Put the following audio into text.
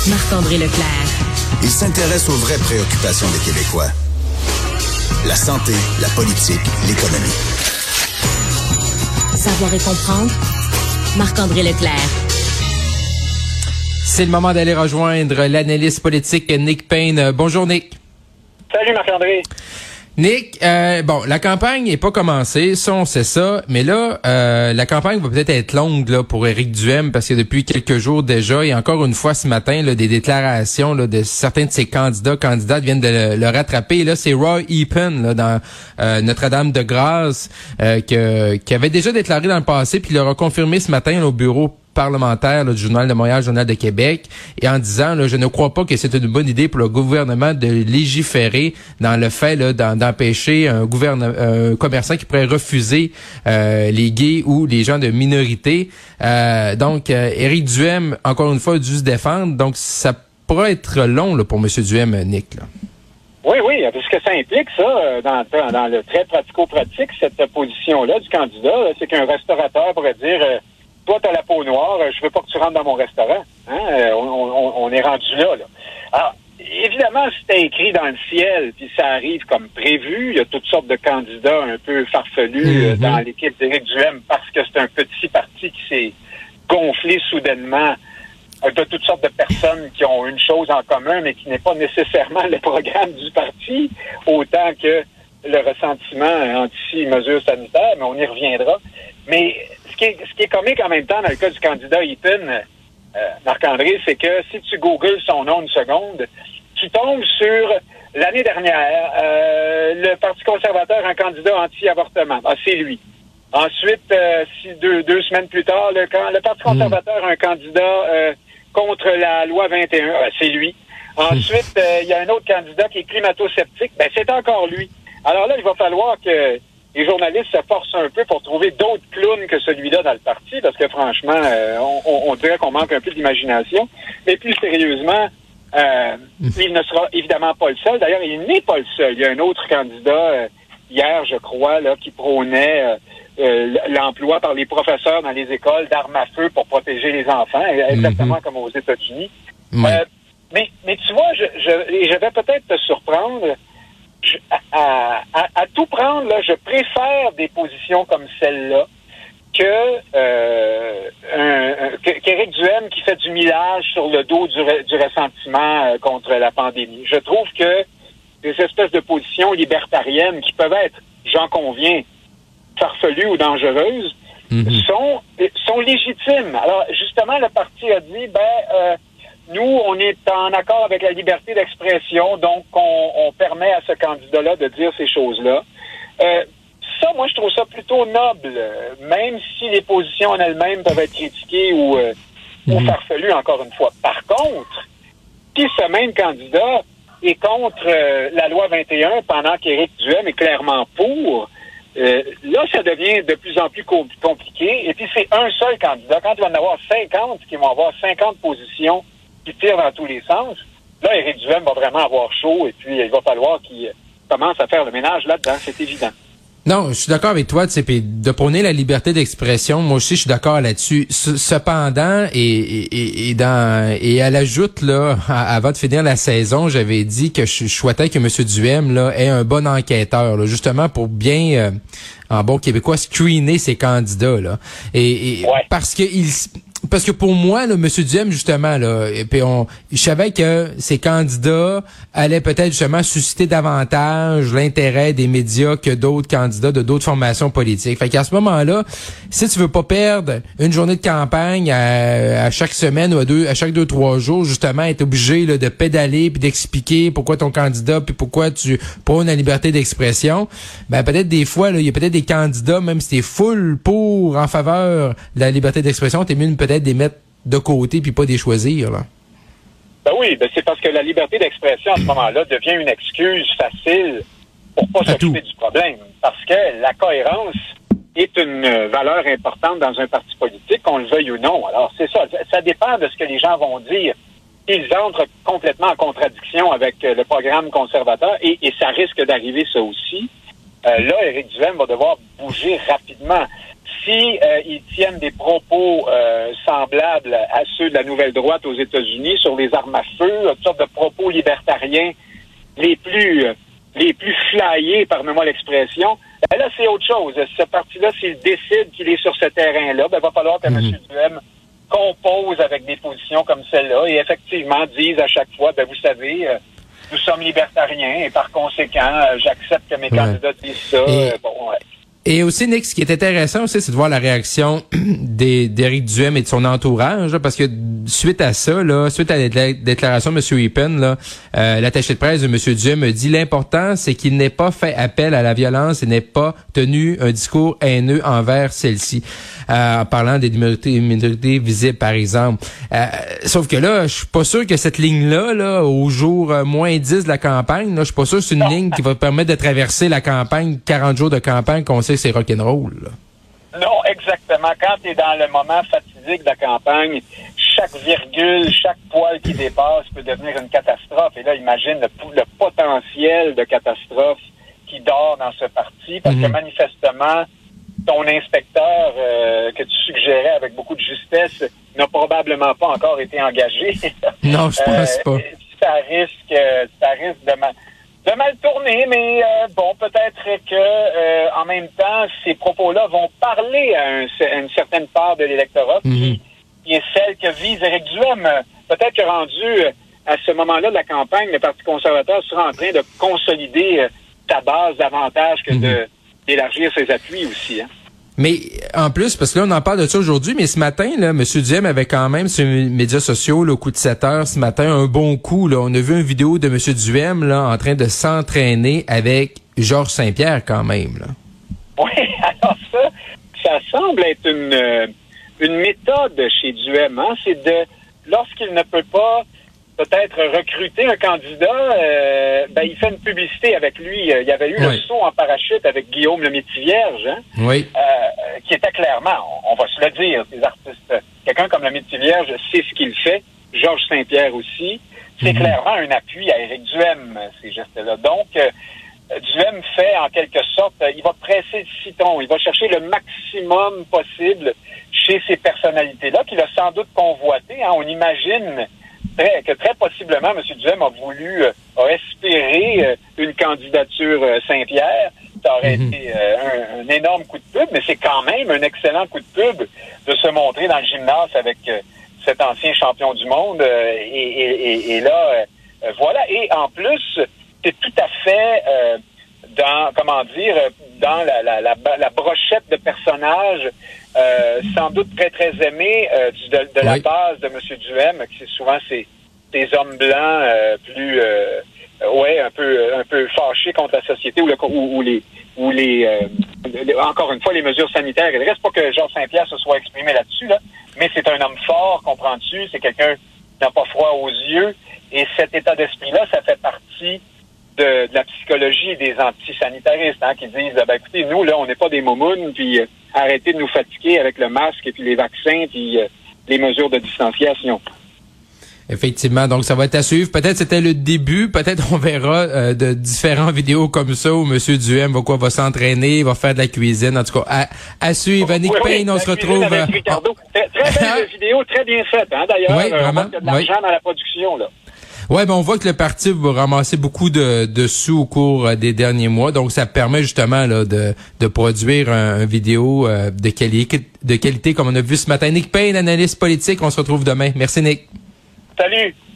Marc-André Leclerc. Il s'intéresse aux vraies préoccupations des Québécois. La santé, la politique, l'économie. Savoir et comprendre. Marc-André Leclerc. C'est le moment d'aller rejoindre l'analyste politique Nick Payne. Bonjour Nick. Salut Marc-André. Nick, la campagne n'est pas commencée, ça on sait ça, mais là, la campagne va peut-être être longue là pour Éric Duhaime parce que depuis quelques jours déjà, et encore une fois ce matin, là, des déclarations là, de certains de ses candidates viennent de le rattraper. Et là, c'est Roy Epen là, dans Notre-Dame-de-Grâce qui avait déjà déclaré dans le passé, puis il l'aura confirmé ce matin là, au bureau parlementaire là, du Journal de Montréal, Journal de Québec, et en disant là, je ne crois pas que c'est une bonne idée pour le gouvernement de légiférer dans le fait là, d'empêcher un commerçant qui pourrait refuser les gays ou les gens de minorité. Donc, Éric Duhaime, encore une fois, a dû se défendre. Donc, ça pourrait être long là, pour M. Duhaime, Nick. Là. Oui, parce que ça implique, ça, dans le très pratico-pratique, cette position-là du candidat, là, c'est qu'un restaurateur pourrait dire toi, t'as la peau noire, je veux pas que tu rentres dans mon restaurant. Hein? On est rendu là. Alors, évidemment, c'était écrit dans le ciel, puis ça arrive comme prévu. Il y a toutes sortes de candidats un peu farfelus dans l'équipe d'Éric Duhaime parce que c'est un petit parti qui s'est gonflé soudainement de toutes sortes de personnes qui ont une chose en commun, mais qui n'est pas nécessairement le programme du parti, autant que le ressentiment anti-mesures sanitaires, mais on y reviendra. Mais ce qui est comique en même temps dans le cas du candidat Epen, Marc-André, c'est que si tu googles son nom une seconde, tu tombes sur l'année dernière, le Parti conservateur, un candidat anti-avortement. Ah, c'est lui. Ensuite, deux semaines plus tard, le Parti conservateur a un candidat contre la loi 21. Ah, c'est lui. Ensuite, il y a un autre candidat qui est climato-sceptique. Ben, c'est encore lui. Alors là, il va falloir que les journalistes se forcent un peu pour trouver d'autres clowns que celui-là dans le parti, parce que franchement, on dirait qu'on manque un peu d'imagination. Mais plus sérieusement, il ne sera évidemment pas le seul. D'ailleurs, il n'est pas le seul. Il y a un autre candidat, hier, je crois, là, qui prônait l'emploi par les professeurs dans les écoles d'armes à feu pour protéger les enfants, exactement comme aux États-Unis. Mais tu vois, je vais peut-être te surprendre. À tout prendre, là, je préfère des positions comme celle-là qu'Éric Duhaime qui fait du millage sur le dos du ressentiment contre la pandémie. Je trouve que des espèces de positions libertariennes qui peuvent être, j'en conviens, farfelues ou dangereuses, sont légitimes. Alors, justement, le parti a dit, nous, on est en accord avec la liberté d'expression, donc on permet à ce candidat-là de dire ces choses-là. Ça, moi, je trouve ça plutôt noble, même si les positions en elles-mêmes peuvent être critiquées ou farfelues, encore une fois. Par contre, si ce même candidat est contre la loi 21 pendant qu'Éric Duhaime est clairement pour, là, ça devient de plus en plus compliqué. Et puis, c'est un seul candidat. Quand il va en avoir 50, qui vont avoir 50 positions qui tire dans tous les sens, là, Éric Duhaime va vraiment avoir chaud et puis il va falloir qu'il commence à faire le ménage là-dedans, c'est évident. Non, je suis d'accord avec toi, tu sais, puis de prôner la liberté d'expression, moi aussi je suis d'accord là-dessus. Cependant, et à l'ajoute là, avant de finir la saison, j'avais dit que je souhaitais que M. Duhaime là ait un bon enquêteur, là, justement pour bien, en bon québécois, screener ses candidats là, et parce que pour moi, là, M. Duhaime, justement, là, je savais que ces candidats allaient peut-être justement susciter davantage l'intérêt des médias que d'autres candidats de d'autres formations politiques. Fait qu'à ce moment-là, si tu veux pas perdre une journée de campagne à chaque semaine ou à chaque 2-3 jours, justement, être obligé là, de pédaler puis d'expliquer pourquoi ton candidat puis pourquoi tu prônes la liberté d'expression, ben peut-être des fois, là, il y a peut-être des candidats, même si t'es full pour, en faveur de la liberté d'expression, t'es mieux peut-être des mettre de côté puis pas des choisir, là. Ben oui, c'est parce que la liberté d'expression à ce moment-là devient une excuse facile pour pas s'occuper du problème. Parce que la cohérence est une valeur importante dans un parti politique, qu'on le veuille ou non. Alors, c'est ça. Ça dépend de ce que les gens vont dire. Ils entrent complètement en contradiction avec le programme conservateur, et ça risque d'arriver, ça aussi. Là, Éric Duhaime va devoir bouger rapidement. Si ils tiennent des propos semblables à ceux de la nouvelle droite aux États-Unis sur les armes à feu, toutes sortes de propos libertariens les plus flyés, pardonnez-moi l'expression, ben là, c'est autre chose. Ce parti-là, s'il décide qu'il est sur ce terrain-là, ben, il va falloir que M. Duhaime compose avec des positions comme celle-là et effectivement dise à chaque fois, ben, vous savez, nous sommes libertariens et par conséquent, j'accepte que mes candidats disent ça. Et aussi, Nick, ce qui est intéressant aussi, c'est de voir la réaction d'Éric Duhaime et de son entourage, là, parce que suite à ça, là, suite à la déclaration de M. Eapen, là, l'attaché de presse de M. Duhaime a dit l'important, c'est qu'il n'ait pas fait appel à la violence et n'ait pas tenu un discours haineux envers celle-ci, en parlant des minorités visibles, par exemple. Sauf que là, je suis pas sûr que cette ligne-là, là, au jour moins 10 de la campagne, là, je suis pas sûr que c'est une ligne qui va permettre de traverser la campagne, 40 jours de campagne qu'on sait que c'est rock'n'roll, là. Non, exactement. Quand tu es dans le moment fatidique de la campagne, chaque virgule, chaque poil qui dépasse peut devenir une catastrophe. Et là, imagine le potentiel de catastrophe qui dort dans ce parti, parce que manifestement, ton inspecteur que tu suggérais avec beaucoup de justesse n'a probablement pas encore été engagé. Non, je pense pas. Ça risque de mal tourner, mais bon, peut-être que en même temps, ces propos-là vont parler à une certaine part de l'électorat qui est celle que vise Éric Duhaime. Peut-être que rendu à ce moment-là de la campagne, le Parti conservateur sera en train de consolider sa base davantage que d'élargir ses appuis aussi. Hein. Mais en plus, parce que là, on en parle de ça aujourd'hui, mais ce matin, là, M. Duhaime avait quand même sur les médias sociaux, là, au coup de 7 heures, ce matin, un bon coup. Là. On a vu une vidéo de M. Duhaime là, en train de s'entraîner avec Georges Saint-Pierre quand même. Là. Oui, alors ça semble être une méthode chez Duhaime. Hein? C'est lorsqu'il ne peut pas peut-être recruter un candidat, il fait une publicité avec lui. Il y avait eu le saut en parachute avec Guillaume le Métis-Vierge, hein? Qui était clairement, on va se le dire, des artistes, quelqu'un comme le Métis-Vierge sait ce qu'il fait, Georges Saint-Pierre aussi, c'est clairement un appui à Éric Duhaime, ces gestes-là. Donc, Duhaime fait en quelque sorte, il va presser le citron, il va chercher le maximum possible chez ces personnalités-là, qu'il a sans doute convoité. Hein? On imagine que très possiblement, M. Duhaime a espéré une candidature Saint-Pierre. Ça aurait été un énorme coup de pub, mais c'est quand même un excellent coup de pub de se montrer dans le gymnase avec cet ancien champion du monde. Et là, voilà. Et en plus, c'est tout à fait dans la brochette de personnages sans doute très, très aimés de la base de M. Duhaime, qui c'est souvent ces hommes blancs plus un peu fâchés contre la société ou encore une fois les mesures sanitaires. Il ne reste pas que Georges Saint-Pierre se soit exprimé là-dessus, là, mais c'est un homme fort, comprends-tu? C'est quelqu'un qui n'a pas froid aux yeux. Et cet état d'esprit-là, ça fait partie de la psychologie des antisanitaristes, hein, qui disent écoutez, nous, là, on n'est pas des moumounes, puis arrêtez de nous fatiguer avec le masque et puis les vaccins, puis les mesures de distanciation. Effectivement, donc ça va être à suivre. Peut-être c'était le début, peut-être on verra de différentes vidéos comme ça où M. Duhaime va s'entraîner, va faire de la cuisine. En tout cas, à suivre. Nick Payne, on se retrouve. Avec Ricardo. Très belle vidéo, très bien faite, hein, d'ailleurs. Oui, vraiment. On voit qu'il y a de l'argent dans la production, là. Ouais, on voit que le parti va ramasser beaucoup de sous au cours des derniers mois, donc ça permet justement là de produire un vidéo de qualité comme on a vu ce matin. Nick Payne, analyste politique, on se retrouve demain. Merci Nick. Salut.